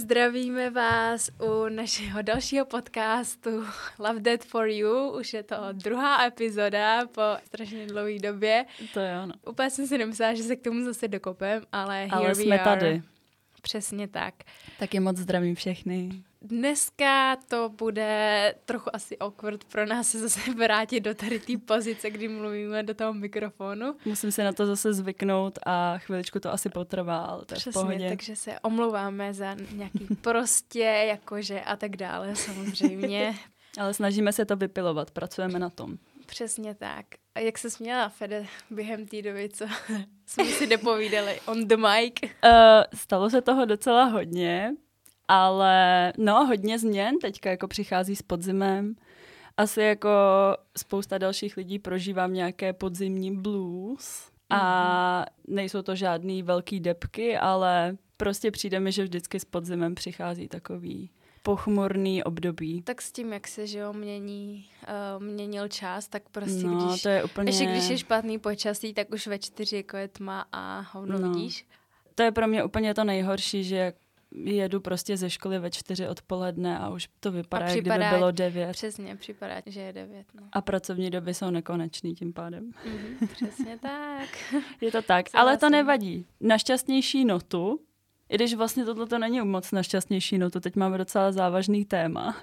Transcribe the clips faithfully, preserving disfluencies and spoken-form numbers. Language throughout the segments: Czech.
Zdravíme vás u našeho dalšího podcastu Love That For You. Už je to druhá epizoda po strašně dlouhé době. To je ono. Úplně jsem si nemyslela, že se k tomu zase dokopem, ale, ale here jsme we are. tady. Přesně tak. Taky moc zdravím všechny. Dneska to bude trochu asi awkward pro nás se zase vrátit do tady té pozice, kdy mluvíme do toho mikrofonu. Musím se na to zase zvyknout a chviličku to asi potrvá, ale to je Přesně, v pohodě. takže se omlouváme za nějaký prostě, jakože a tak dále samozřejmě. Ale snažíme se to vypilovat, pracujeme na tom. Přesně tak. A jak se směla, Fede, během té doby, co jsme si nepovídali on the mic? Uh, stalo se toho docela hodně, ale no, hodně změn teďka jako přichází s podzimem. Asi jako spousta dalších lidí prožívám nějaké podzimní blues a nejsou to žádný velký depky, ale prostě přijde mi, že vždycky s podzimem přichází takový pochmurný období. Tak s tím, jak se, že jo, mění, uh, měnil čas, tak prostě no, když, to je úplně... ještě když je špatný počasí, tak už ve čtyři jako je tma a hovno no. vidíš. To je pro mě úplně to nejhorší, že jedu prostě ze školy ve čtyři odpoledne a už to vypadá, jak kdyby bylo devět. Přesně, připadá, že je devět. No. A pracovní doby jsou nekonečný tím pádem. Mm-hmm, přesně tak. Je to tak, ale to nevadí. Na šťastnější notu, i když vlastně tohle to není moc na šťastnější notu, teď máme docela závažný téma.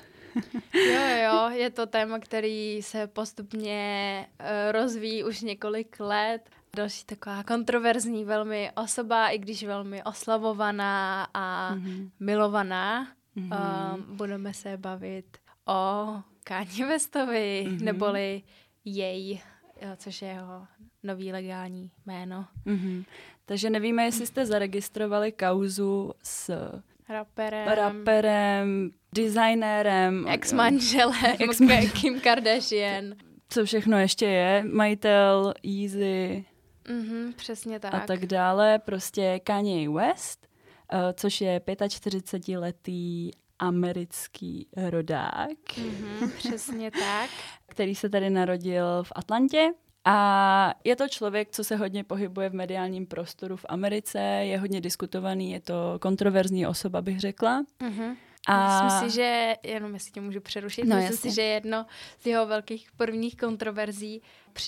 Jo, jo, je to téma, který se postupně uh, rozvíjí už několik let. Další taková kontroverzní velmi osoba, i když velmi oslavovaná a mm-hmm. milovaná. Mm-hmm. Um, budeme se bavit o Kanye Westovi, mm-hmm. neboli jej, jo, což je jeho nový legální jméno. Mm-hmm. Takže nevíme, jestli jste zaregistrovali kauzu s raperem, raperem designérem, ex-manželem, ex-man- Kim Kardashian. Co všechno ještě je, majitel Yeezy mm-hmm, přesně tak. a tak dále. Prostě Kanye West, uh, což je pětačtyřicetiletý americký rodák. Mm-hmm, přesně tak. Který se tady narodil v Atlantě. A je to člověk, co se hodně pohybuje v mediálním prostoru v Americe, je hodně diskutovaný, je to kontroverzní osoba, bych řekla. Mm-hmm. A... Myslím si, že, jenom jestli tě můžu přerušit, no, myslím jasně. si, že jedno z jeho velkých prvních kontroverzí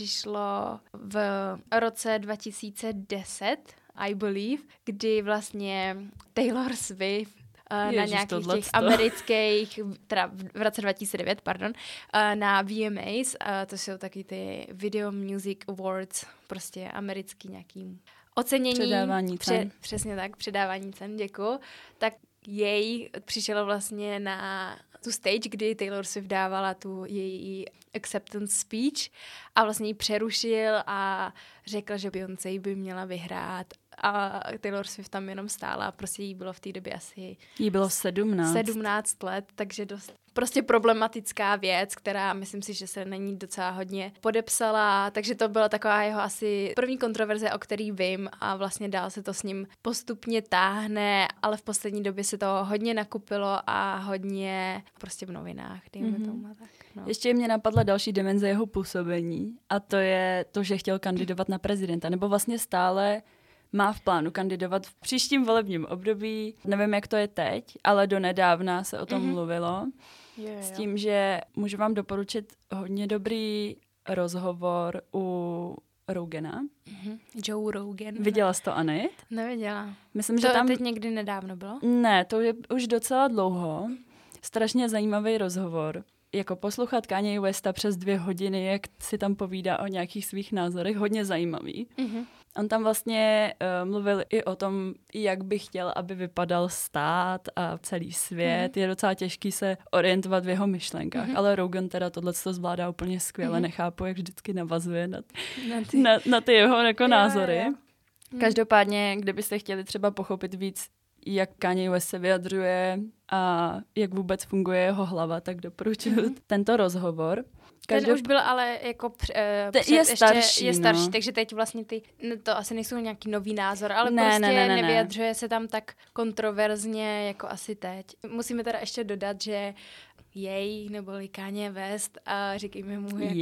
přišlo v roce dva tisíce deset, I believe, kdy vlastně Taylor Swift Ježiš, na nějakých těch to. amerických, teda v roce dva tisíce devět, pardon, na V M As, to jsou taky ty Video Music Awards, prostě americký nějaký ocenění. Předávání cen. Pře- přesně tak, předávání cen, děkuju. Tak jej přišlo vlastně na tu stage, kdy Taylor Swift dávala tu její acceptance speech a vlastně ji přerušil a řekl, že Beyoncé by měla vyhrát a Taylor Swift tam jenom stála a prostě jí bylo v té době asi... Jí bylo sedmnáct. sedmnáct let, takže dost prostě problematická věc, která myslím si, že se na ní docela hodně podepsala, takže to byla taková jeho asi první kontroverze, o který vím a vlastně dál se to s ním postupně táhne, ale v poslední době se to hodně nakupilo a hodně prostě v novinách, dejme mm-hmm. tomu tak. No. Ještě mě napadla další dimenze jeho působení a to je to, že chtěl kandidovat na prezidenta, nebo vlastně stále má v plánu kandidovat v příštím volebním období. Nevím, jak to je teď, ale donedávna se o tom mm-hmm. mluvilo. Jo, jo. S tím, že můžu vám doporučit hodně dobrý rozhovor u Rogana. Mm-hmm. Joe Rogan. Viděla jsi to, Anit? Neviděla. Myslím, to že tam... teď někdy nedávno bylo? Ne, to je už docela dlouho. Strašně zajímavý rozhovor. Jako poslouchat Kanye Westa přes dvě hodiny, jak si tam povídá o nějakých svých názorech, hodně zajímavý. Mm-hmm. On tam vlastně uh, mluvil i o tom, jak by chtěl, aby vypadal stát a celý svět. Mm-hmm. Je docela těžký se orientovat v jeho myšlenkách, mm-hmm. ale Rogan teda tohleto zvládá úplně skvěle. Mm-hmm. Nechápu, jak vždycky navazuje na, na, ty... na, na ty jeho jako názory. Jo, jo. Každopádně, kdybyste chtěli třeba pochopit víc, jak Kanye West se vyjadřuje a jak vůbec funguje jeho hlava, tak doporučuji mm-hmm. tento rozhovor. Každop... Ten už byl ale jako pře, před, je starší, je starší no. takže teď vlastně ty, to asi nejsou nějaký nový názor, ale ne, prostě ne, ne, ne, nevyjadřuje ne. se tam tak kontroverzně jako asi teď. Musíme teda ještě dodat, že jej, neboli Kanye West a říkejme mu, jak,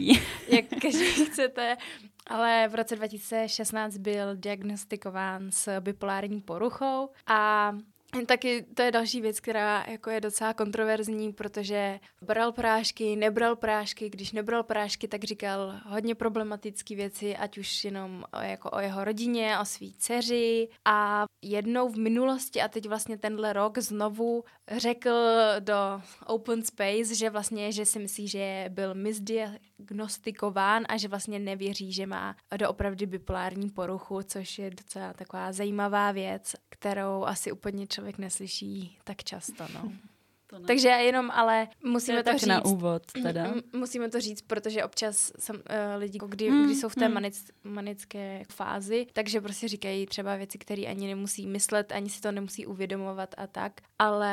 jak každý chcete, ale v roce dva tisíce šestnáct byl diagnostikován s bipolární poruchou a Taky to je další věc, která jako je docela kontroverzní, protože bral prášky, nebral prášky, když nebral prášky, tak říkal hodně problematické věci, ať už jenom o, jako o jeho rodině, o svý dceři a jednou v minulosti a teď vlastně tenhle rok znovu řekl do Open Space, že vlastně, že si myslí, že byl misdiagnostikován a že vlastně nevěří, že má doopravdy bipolární poruchu, což je docela taková zajímavá věc, kterou asi úplně člověk neslyší tak často, no. To Takže jenom, ale musíme to, to říct. na úvod teda. M- musíme to říct, protože občas jsem, uh, lidi, kdy, mm, když jsou v té mm. manic, manické fázi, takže prostě říkají třeba věci, které ani nemusí myslet, ani si to nemusí uvědomovat a tak, ale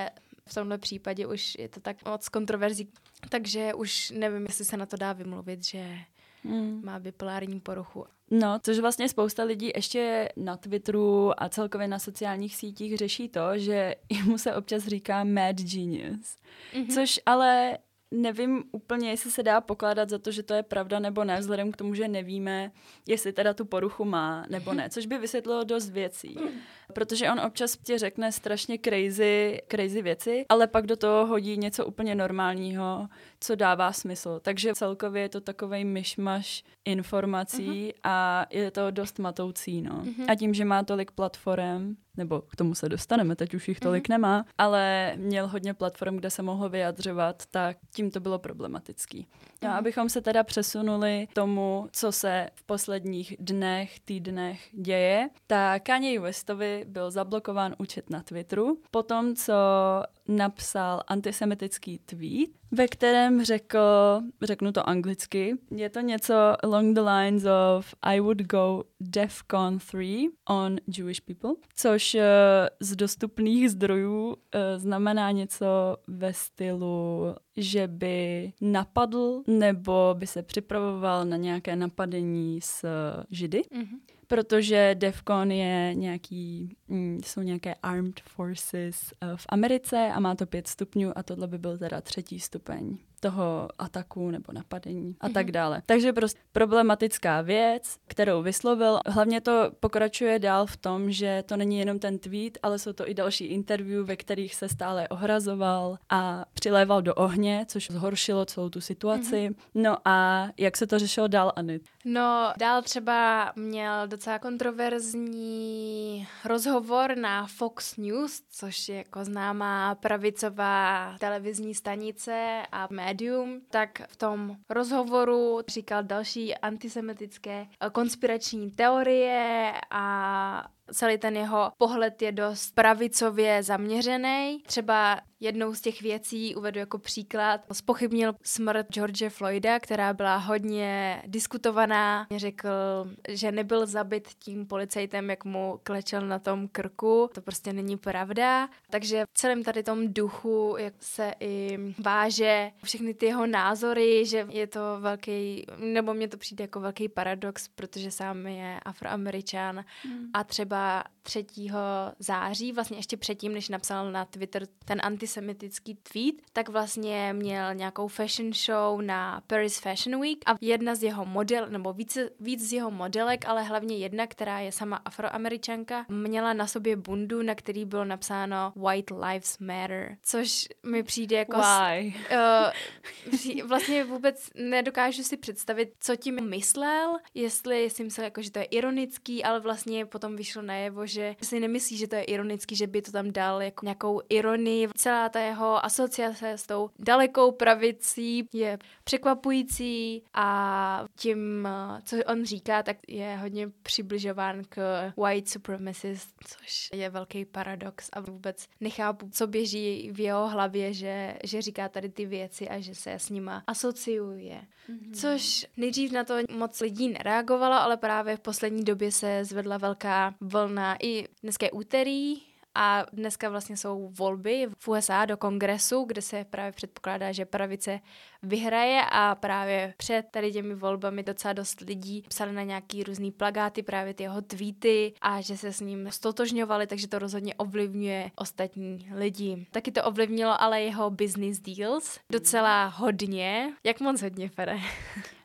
v tomhle případě už je to tak moc kontroverzí, takže už nevím, jestli se na to dá vymluvit, že mm. má bipolární poruchu. No, což vlastně spousta lidí ještě na Twitteru a celkově na sociálních sítích řeší to, že mu se občas říká mad genius. Mm-hmm. Což ale nevím úplně, jestli se dá pokládat za to, že to je pravda nebo ne, vzhledem k tomu, že nevíme, jestli teda tu poruchu má nebo ne, což by vysvětlilo dost věcí. Protože on občas ti řekne strašně crazy, crazy věci, ale pak do toho hodí něco úplně normálního, co dává smysl. Takže celkově je to takovej myšmaš informací uh-huh. a je to dost matoucí, no. Uh-huh. A tím, že má tolik platform, nebo k tomu se dostaneme, teď už jich tolik uh-huh. nemá, ale měl hodně platform, kde se mohl vyjadřovat, tak tím to bylo problematický. No, uh-huh. abychom se teda přesunuli k tomu, co se v posledních dnech, týdnech děje, tak Kanye Westovi byl zablokován účet na Twitteru, potom co napsal antisemitický tweet, ve kterém řekl, řeknu to anglicky, je to něco along the lines of I would go DEFCON tři on Jewish people, což uh, z dostupných zdrojů uh, znamená něco ve stylu, že by napadl nebo by se připravoval na nějaké napadení s Židy. Mm-hmm. Protože DEFCON je nějaký, mm, jsou nějaké armed forces uh, v Americe a má to pět stupňů a tohle by byl teda třetí stupeň toho ataku nebo napadení a mm-hmm. tak dále. Takže prostě problematická věc, kterou vyslovil. Hlavně to pokračuje dál v tom, že to není jenom ten tweet, ale jsou to i další interview, ve kterých se stále ohrazoval a přiléval do ohně, což zhoršilo celou tu situaci. Mm-hmm. No a jak se to řešilo dál, Anit? No, dál třeba měl docela kontroverzní rozhovor na Fox News, což je jako známá pravicová televizní stanice a médium, tak v tom rozhovoru říkal další antisemitické konspirační teorie a celý ten jeho pohled je dost pravicově zaměřený. Třeba jednou z těch věcí uvedu jako příklad. Zpochybnil smrt George Floyda, která byla hodně diskutovaná. Řekl, že nebyl zabit tím policajtem, jak mu klečel na tom krku. To prostě není pravda. Takže v celém tady tom duchu, jak se i váže všechny ty jeho názory, že je to velký, nebo mně to přijde jako velký paradox, protože sám je Afroameričan hmm. a třeba třetího září, vlastně ještě předtím, než napsal na Twitter ten antisemitický tweet, tak vlastně měl nějakou fashion show na Paris Fashion Week a jedna z jeho model, nebo více, víc z jeho modelek, ale hlavně jedna, která je sama Afroameričanka, měla na sobě bundu, na který bylo napsáno White Lives Matter, což mi přijde jako... Why? Uh, vlastně vůbec nedokážu si představit, co tím myslel, jestli si myslel, jako, že to je ironický, ale vlastně potom vyšlo najevo, že si nemyslí, že to je ironický, že by to tam dal jako nějakou ironii. Celá ta jeho asociace s tou dalekou pravicí je překvapující a tím, co on říká, tak je hodně přibližován k white supremacist, což je velký paradox a vůbec nechápu, co běží v jeho hlavě, že, že říká tady ty věci a že se s nima asociuje. Mm-hmm. Což nejdřív na to moc lidí nereagovalo, ale právě v poslední době se zvedla velká vlna. I dneska je úterý a dneska vlastně jsou volby v U S A do kongresu, kde se právě předpokládá, že pravice vyhraje a právě před tady těmi volbami docela dost lidí psali na nějaký různý plagáty, právě ty jeho tweety a že se s ním stotožňovali, takže to rozhodně ovlivňuje ostatní lidi. Taky to ovlivnilo ale jeho business deals docela hodně. Jak moc hodně, Fere?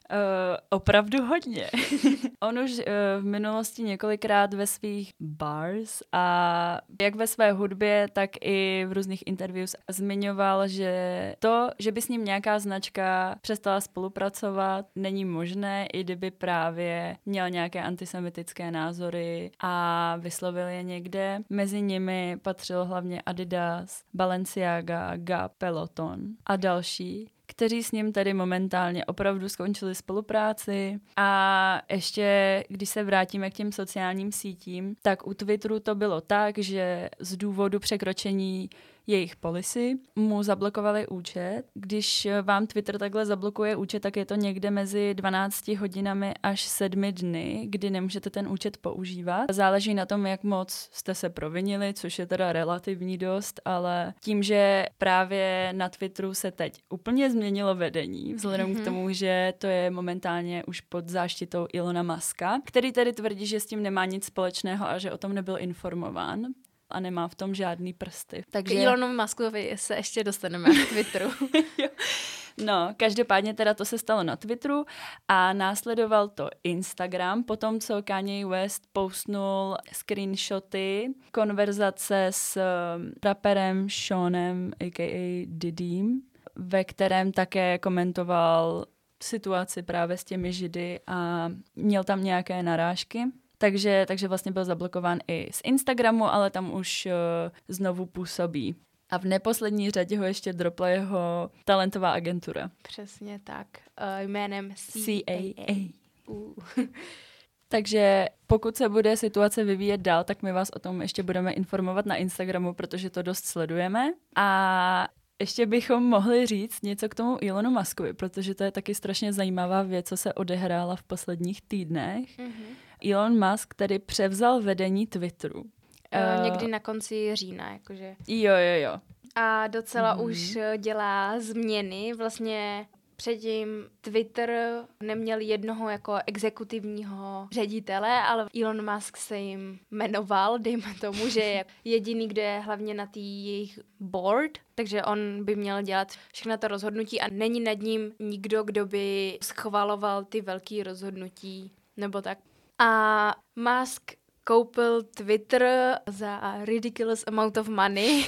Uh, opravdu hodně. On už uh, v minulosti několikrát ve svých bars a jak ve své hudbě, tak i v různých interviews zmiňoval, že to, že by s ním nějaká značka přestala spolupracovat, není možné, i kdyby právě měl nějaké antisemitické názory a vyslovil je někde. Mezi nimi patřil hlavně Adidas, Balenciaga, Gap, Peloton a další, kteří s ním tady momentálně opravdu skončili spolupráci. A ještě, když se vrátíme k těm sociálním sítím, tak u Twitteru to bylo tak, že z důvodu překročení jejich policy mu zablokovali účet. Když vám Twitter takhle zablokuje účet, tak je to někde mezi dvanácti hodinami až sedmi dny, kdy nemůžete ten účet používat. Záleží na tom, jak moc jste se provinili, což je teda relativní dost, ale tím, že právě na Twitteru se teď úplně změnilo vedení, vzhledem mm-hmm. k tomu, že to je momentálně už pod záštitou Ilona Muska, který tedy tvrdí, že s tím nemá nic společného a že o tom nebyl informován a nemá v tom žádný prsty. Takže... K Elonu Muskovi se ještě dostaneme na Twitteru. No, každopádně teda to se stalo na Twitteru a následoval to Instagram, potom co Kanye West postnul screenshoty konverzace s raperem Seanem, a k a. Diddym, ve kterém také komentoval situaci právě s těmi židy a měl tam nějaké narážky. Takže, takže vlastně byl zablokován i z Instagramu, ale tam už uh, znovu působí. A v neposlední řadě ho ještě dropla jeho talentová agentura. Přesně tak. Uh, jménem C A A. Uh. Takže pokud se bude situace vyvíjet dál, tak my vás o tom ještě budeme informovat na Instagramu, protože to dost sledujeme. A ještě bychom mohli říct něco k tomu Elonu Muskovi, protože to je taky strašně zajímavá věc, co se odehrála v posledních týdnech. Mm-hmm. Elon Musk tedy převzal vedení Twitteru. Uh, někdy na konci října, jakože. Jo, jo, jo. A docela mm. už dělá změny. Vlastně předtím Twitter neměl jednoho jako exekutivního ředitele, ale Elon Musk se jim jmenoval, dejme tomu, že je jediný, kdo je hlavně na té jejich board, takže on by měl dělat všechna ta rozhodnutí a není nad ním nikdo, kdo by schvaloval ty velký rozhodnutí, nebo tak. A Musk koupil Twitter za ridiculous amount of money,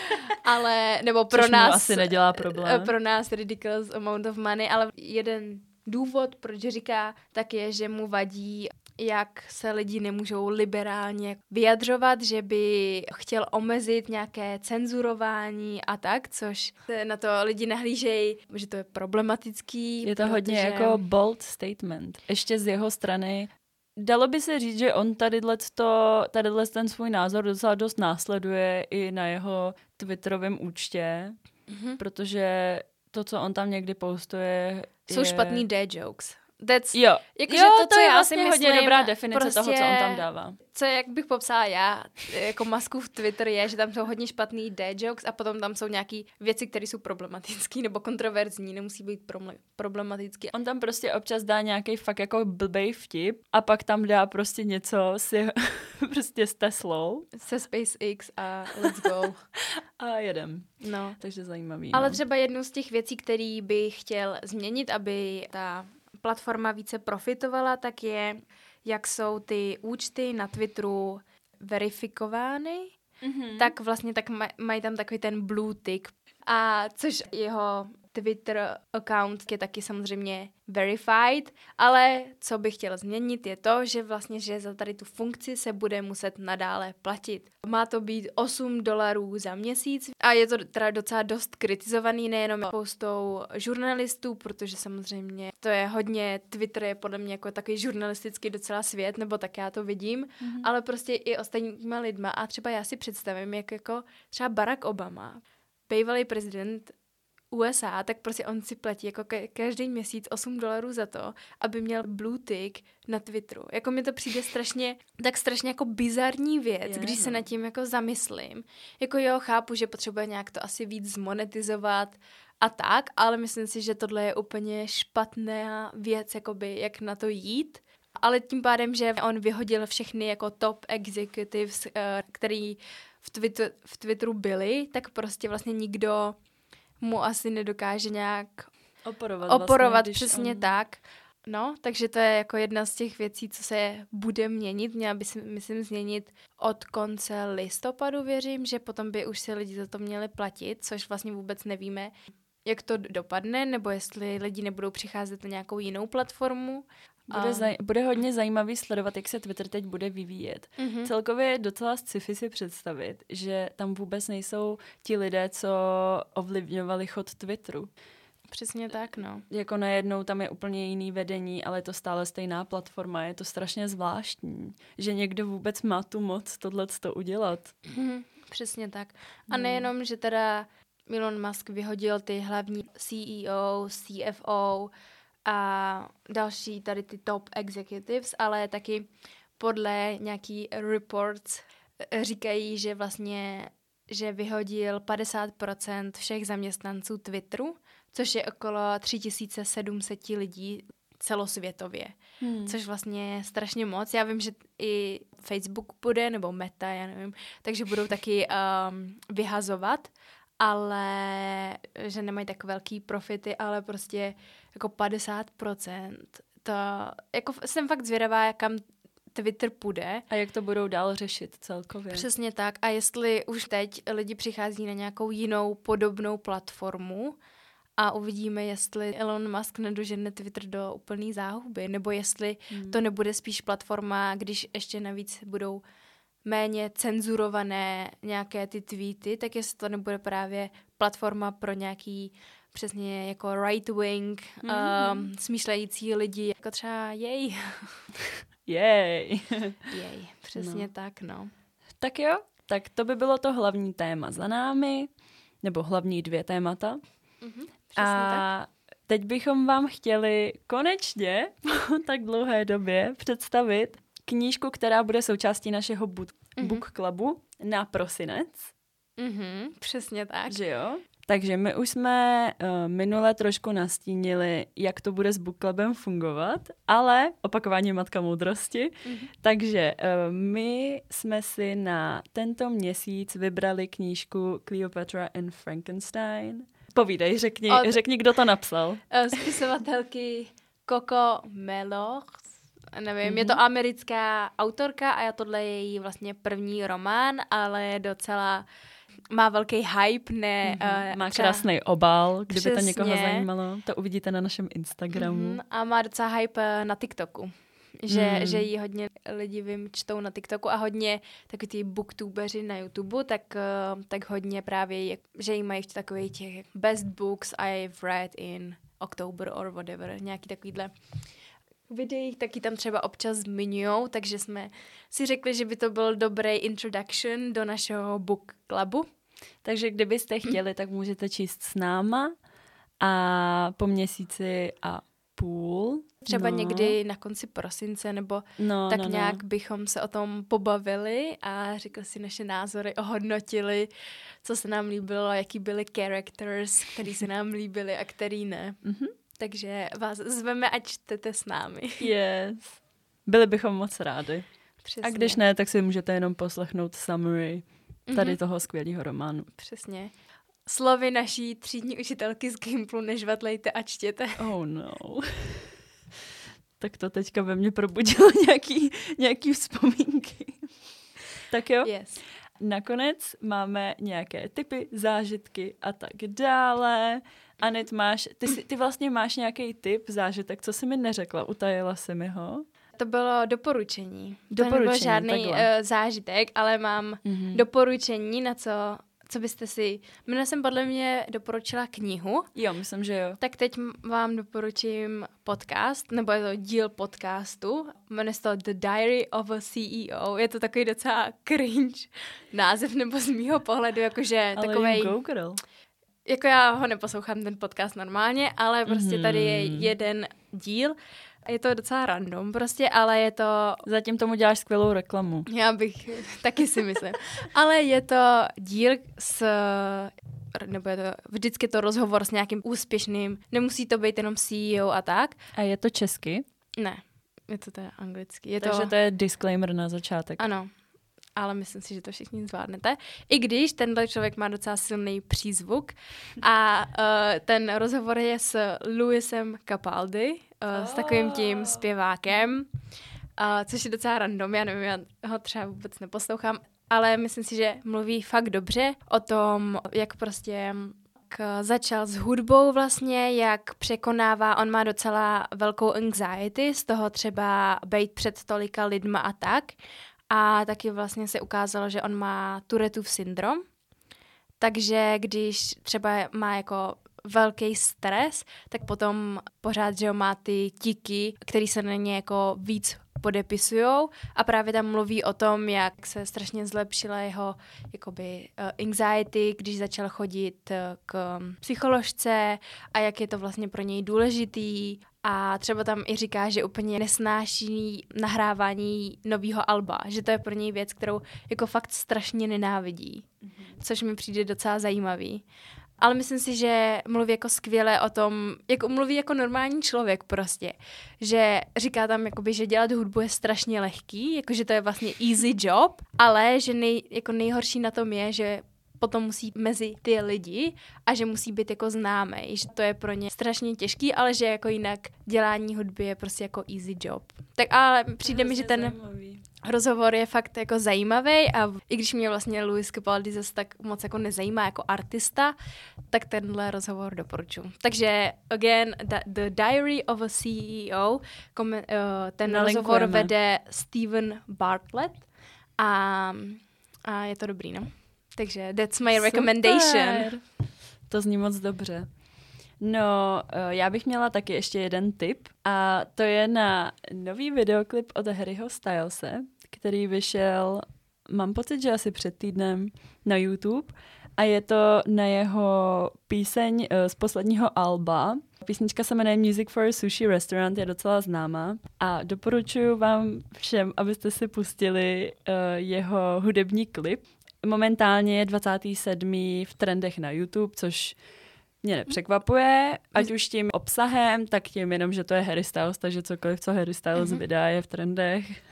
ale, nebo pro Což nás, asi nedělá problém. Pro nás ridiculous amount of money, ale jeden důvod, proč říká, tak je, že mu vadí, jak se lidi nemůžou liberálně vyjadřovat, že by chtěl omezit nějaké cenzurování a tak, což na to lidi nahlížejí, že to je problematický. Je to protože... hodně jako bold statement. Ještě z jeho strany dalo by se říct, že on tadyhleto, tadyhle ten svůj názor docela dost následuje i na jeho Twitterovém účtě, mm-hmm. protože to, co on tam někdy postuje, jsou je... špatný dad jokes. That's, jo, jako, jo to, to je já vlastně si hodně myslím, dobrá definice prostě, toho, co on tam dává. Co, jak bych popsala já, jako Muskův Twitter je, že tam jsou hodně špatný dad jokes a potom tam jsou nějaký věci, které jsou problematické nebo kontroverzní, nemusí být problematický. On tam prostě občas dá nějaký fakt jako blbej vtip a pak tam dá prostě něco s jeho, prostě s Teslou. Se SpaceX a let's go. A jedem. No. Takže zajímavý. Ale no. třeba jednu z těch věcí, který bych chtěl změnit, aby ta platforma více profitovala, tak je, jak jsou ty účty na Twitteru verifikovány, mm-hmm. tak vlastně tak maj, mají tam takový ten blue tick. A což jeho Twitter account je taky samozřejmě verified, ale co bych chtěla změnit je to, že vlastně, že za tady tu funkci se bude muset nadále platit. Má to být osm dolarů za měsíc a je to teda docela dost kritizovaný nejenom spoustou žurnalistů, protože samozřejmě to je hodně, Twitter je podle mě jako takový žurnalistický docela svět, nebo tak já to vidím, mm-hmm. ale prostě i ostatníma lidma a třeba já si představím, jak jako třeba Barack Obama, bývalý prezident U S A, tak prostě on si platí jako ka- každý měsíc osm dolarů za to, aby měl blue tick na Twitteru. Jako mi to přijde strašně, tak strašně jako bizarní věc, je, když no. se nad tím jako zamyslím. Jako jo, chápu, že potřebuje nějak to asi víc zmonetizovat a tak, ale myslím si, že tohle je úplně špatná věc, jakoby, jak na to jít. Ale tím pádem, že on vyhodil všechny jako top executives, který v, Twitter, v Twitteru byli, tak prostě vlastně nikdo mu asi nedokáže nějak oporovat, oporovat vlastně, přesně on... tak. No, takže to je jako jedna z těch věcí, co se bude měnit. Měla by se, myslím, změnit od konce listopadu, věřím, že potom by už se lidi za to měli platit, což vlastně vůbec nevíme, jak to dopadne, nebo jestli lidi nebudou přicházet na nějakou jinou platformu. Bude, A... zaj- bude hodně zajímavý sledovat, jak se Twitter teď bude vyvíjet. Mm-hmm. Celkově je docela sci-fi si představit, že tam vůbec nejsou ti lidé, co ovlivňovali chod Twitteru. Přesně tak, no. Jako najednou tam je úplně jiný vedení, ale je to stále stejná platforma. Je to strašně zvláštní, že někdo vůbec má tu moc tohleto udělat. Mm, přesně tak. A nejenom, že teda Elon Musk vyhodil ty hlavní C E O, C F O a další tady ty top executives, ale taky podle nějaký reports říkají, že vlastně že vyhodil padesát procent všech zaměstnanců Twitteru, což je okolo tři tisíce sedm set lidí celosvětově, hmm. což vlastně je strašně moc. Já vím, že i Facebook bude, nebo Meta, já nevím, takže budou taky um, vyhazovat, ale že nemají tak velký profity, ale prostě jako padesát procent. To, jako jsem fakt zvědavá, kam Twitter půjde. A jak to budou dál řešit celkově. Přesně tak. A jestli už teď lidi přichází na nějakou jinou podobnou platformu a uvidíme, jestli Elon Musk nedožene Twitter do úplný záhuby, nebo jestli hmm. to nebude spíš platforma, když ještě navíc budou méně cenzurované nějaké ty tweety, tak jestli to nebude právě platforma pro nějaký přesně jako right-wing mm-hmm. um, smýšlející lidi, jako třeba jej. Jej. Jej, přesně no. tak, no. Tak jo, tak to by bylo to hlavní téma za námi, nebo hlavní dvě témata. Mm-hmm, a tak. Teď bychom vám chtěli konečně po tak dlouhé době představit knížku, která bude součástí našeho book, mm-hmm. book clubu na prosinec. Mm-hmm, přesně tak. Že jo? Takže my už jsme uh, minule trošku nastínili, jak to bude s book clubem fungovat, ale opakování matka moudrosti. Mm-hmm. Takže uh, my jsme si na tento měsíc vybrali knížku Cleopatra and Frankenstein. Povídej, řekni, Od, řekni, kdo to napsal. Uh, spisovatelky Coco Meloch. Nevím, mm-hmm. je to americká autorka a tohle je její vlastně první román, ale je docela... Má velký hype, ne... Mm-hmm. Uh, má třeba... krásný obal, kdyby Přesně. to někoho zajímalo. To uvidíte na našem Instagramu. Mm-hmm. A má docela hype na TikToku. Že, mm. že ji hodně lidi vím, čtou na TikToku a hodně takový ty booktubeři na YouTube, tak, uh, tak hodně právě, že jí mají takový těch best books I've read in October or whatever, nějaký takovýhle videích, taky tam třeba občas zmiňujou, takže jsme si řekli, že by to byl dobrý introduction do našeho book clubu. Takže kdybyste chtěli, tak můžete číst s náma a po měsíci a půl. Třeba no. někdy na konci prosince, nebo no, tak no, nějak no. bychom se o tom pobavili a řekli si naše názory, ohodnotili, co se nám líbilo, jaký byly characters, který se nám líbily a který ne. Mm-hmm. Takže vás zveme, ať čtete s námi. Yes. Byli bychom moc rádi. Přesně. A když ne, tak si můžete jenom poslechnout summary tady mm-hmm. toho skvělého románu. Přesně. Slovy naší třídní učitelky z Gimplu, nežvatlejte a čtěte. Oh no. Tak to teďka ve mně probudilo nějaký, nějaký vzpomínky. Tak jo. Yes. Nakonec máme nějaké tipy, zážitky a tak dále. Anet, máš, ty, si, ty vlastně máš nějaký tip, zážitek, co jsi mi neřekla, utajila jsi mi ho? To bylo doporučení. Doporučení, to nebyl žádný uh, zážitek, ale mám mm-hmm. doporučení, na co, co byste si... Minule jsem podle mě doporučila knihu. Jo, myslím, že jo. Tak teď vám doporučím podcast, nebo je to díl podcastu. Jmenuje se to The Diary of a C E O. Je to takový docela cringe název, nebo z mýho pohledu, jakože ale takovej... go girl. Jako já ho neposlouchám ten podcast normálně, ale prostě mm-hmm. tady je jeden díl. Je to docela random prostě, ale je to... Zatím tomu děláš skvělou reklamu. Já bych, taky si myslím. Ale je to díl s... nebo je to vždycky to rozhovor s nějakým úspěšným, nemusí to být jenom C E O a tak. A je to česky? Ne, je to teda anglicky. Je Takže to... to je disclaimer na začátek. Ano. ale myslím si, že to všichni zvládnete. I když tenhle člověk má docela silný přízvuk a uh, ten rozhovor je s Luisem Capaldi, uh, oh. s takovým tím zpěvákem, uh, což je docela random, já nevím, já ho třeba vůbec neposlouchám, ale myslím si, že mluví fakt dobře o tom, jak prostě začal s hudbou vlastně, jak překonává, on má docela velkou anxiety, z toho třeba bejt před tolika lidma a tak. A taky vlastně se ukázalo, že on má Tourettův syndrom, takže když třeba má jako velký stres, tak potom pořád, že má ty tiky, které se na ně jako víc podepisujou a právě tam mluví o tom, jak se strašně zlepšila jeho jakoby uh, anxiety, když začal chodit uh, k psycholožce a jak je to vlastně pro něj důležitý a třeba tam i říká, že úplně nesnáší nahrávání nového alba, že to je pro něj věc, kterou jako fakt strašně nenávidí, mm-hmm. což mi přijde docela zajímavý. Ale myslím si, že mluví jako skvěle o tom, jako mluví jako normální člověk prostě, že říká tam, jakoby, že dělat hudbu je strašně lehký, jakože to je vlastně easy job, ale že nej, jako nejhorší na tom je, že potom musí mezi ty lidi a že musí být jako známej, že to je pro ně strašně těžký, ale že jako jinak dělání hudby je prostě jako easy job. Tak ale přijde mi, že ten zajímavý. Rozhovor je fakt jako zajímavý a i když mě vlastně Luis Capaldi zase tak moc jako nezajímá jako artista, tak tenhle rozhovor doporučuji. Takže again, the, the Diary of a C E O, kom, uh, ten rozhovor vede Steven Bartlett a, a je to dobrý, no. Takže that's my Super. recommendation. To zní moc dobře. No, já bych měla taky ještě jeden tip a to je na nový videoklip od Harryho Stylese, který vyšel, mám pocit, že asi před týdnem na YouTube a je to na jeho píseň z posledního alba. Písnička se jmenuje Music for a Sushi Restaurant, je docela známá a doporučuji vám všem, abyste si pustili uh, jeho hudební klip. Momentálně je dvacátý sedmý v trendech na YouTube, což mě nepřekvapuje, ať už tím obsahem, tak tím jenom, že to je Harry Styles, takže cokoliv, co Harry Styles mm-hmm. vydá, je v trendech.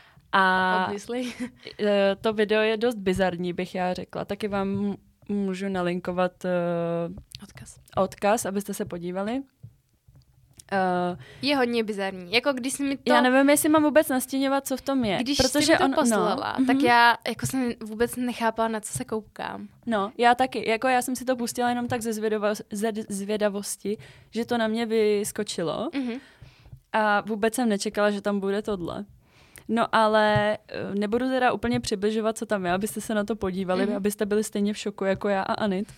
A Obviously. to video je dost bizarní, bych já řekla. Taky vám můžu nalinkovat uh, odkaz. odkaz, abyste se podívali. Uh, je hodně bizarní. Jako když jsi mi to... Já nevím, jestli mám vůbec nastíňovat, co v tom je. Když protože jsi mi to on, poslala, no, tak mm-hmm. já jako jsem vůbec nechápala, na co se koukám. No, já taky. Jako já jsem si to pustila jenom tak ze, zvědavo- ze zvědavosti, že to na mě vyskočilo. Mm-hmm. A vůbec jsem nečekala, že tam bude tohle. No ale nebudu teda úplně přibližovat, co tam je, abyste se na to podívali, mm-hmm. abyste byli stejně v šoku jako já a Anit.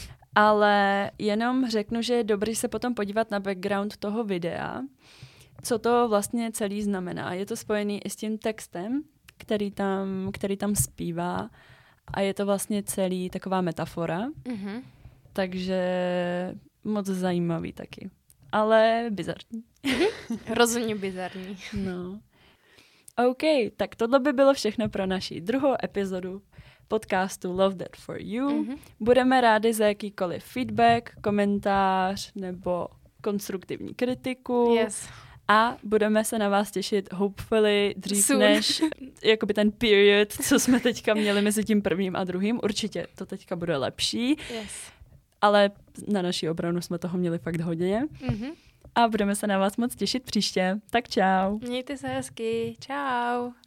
Ale jenom řeknu, že je dobrý se potom podívat na background toho videa, co to vlastně celý znamená. Je to spojený i s tím textem, který tam, který tam zpívá a je to vlastně celý taková metafora. Mm-hmm. Takže moc zajímavý taky. Ale bizarní. Rozhodně bizarní. No. OK, tak tohle by bylo všechno pro naši druhou epizodu podcastu Love That For You. Mm-hmm. Budeme rádi za jakýkoliv feedback, komentář nebo konstruktivní kritiku. Yes. A budeme se na vás těšit hopefully dřív Soon. než jakoby ten period, co jsme teďka měli mezi tím prvním a druhým. Určitě to teďka bude lepší. Yes. Ale na naší obranu jsme toho měli fakt hodně. Mm-hmm. A budeme se na vás moc těšit příště. Tak čau. Mějte se hezky. Čau.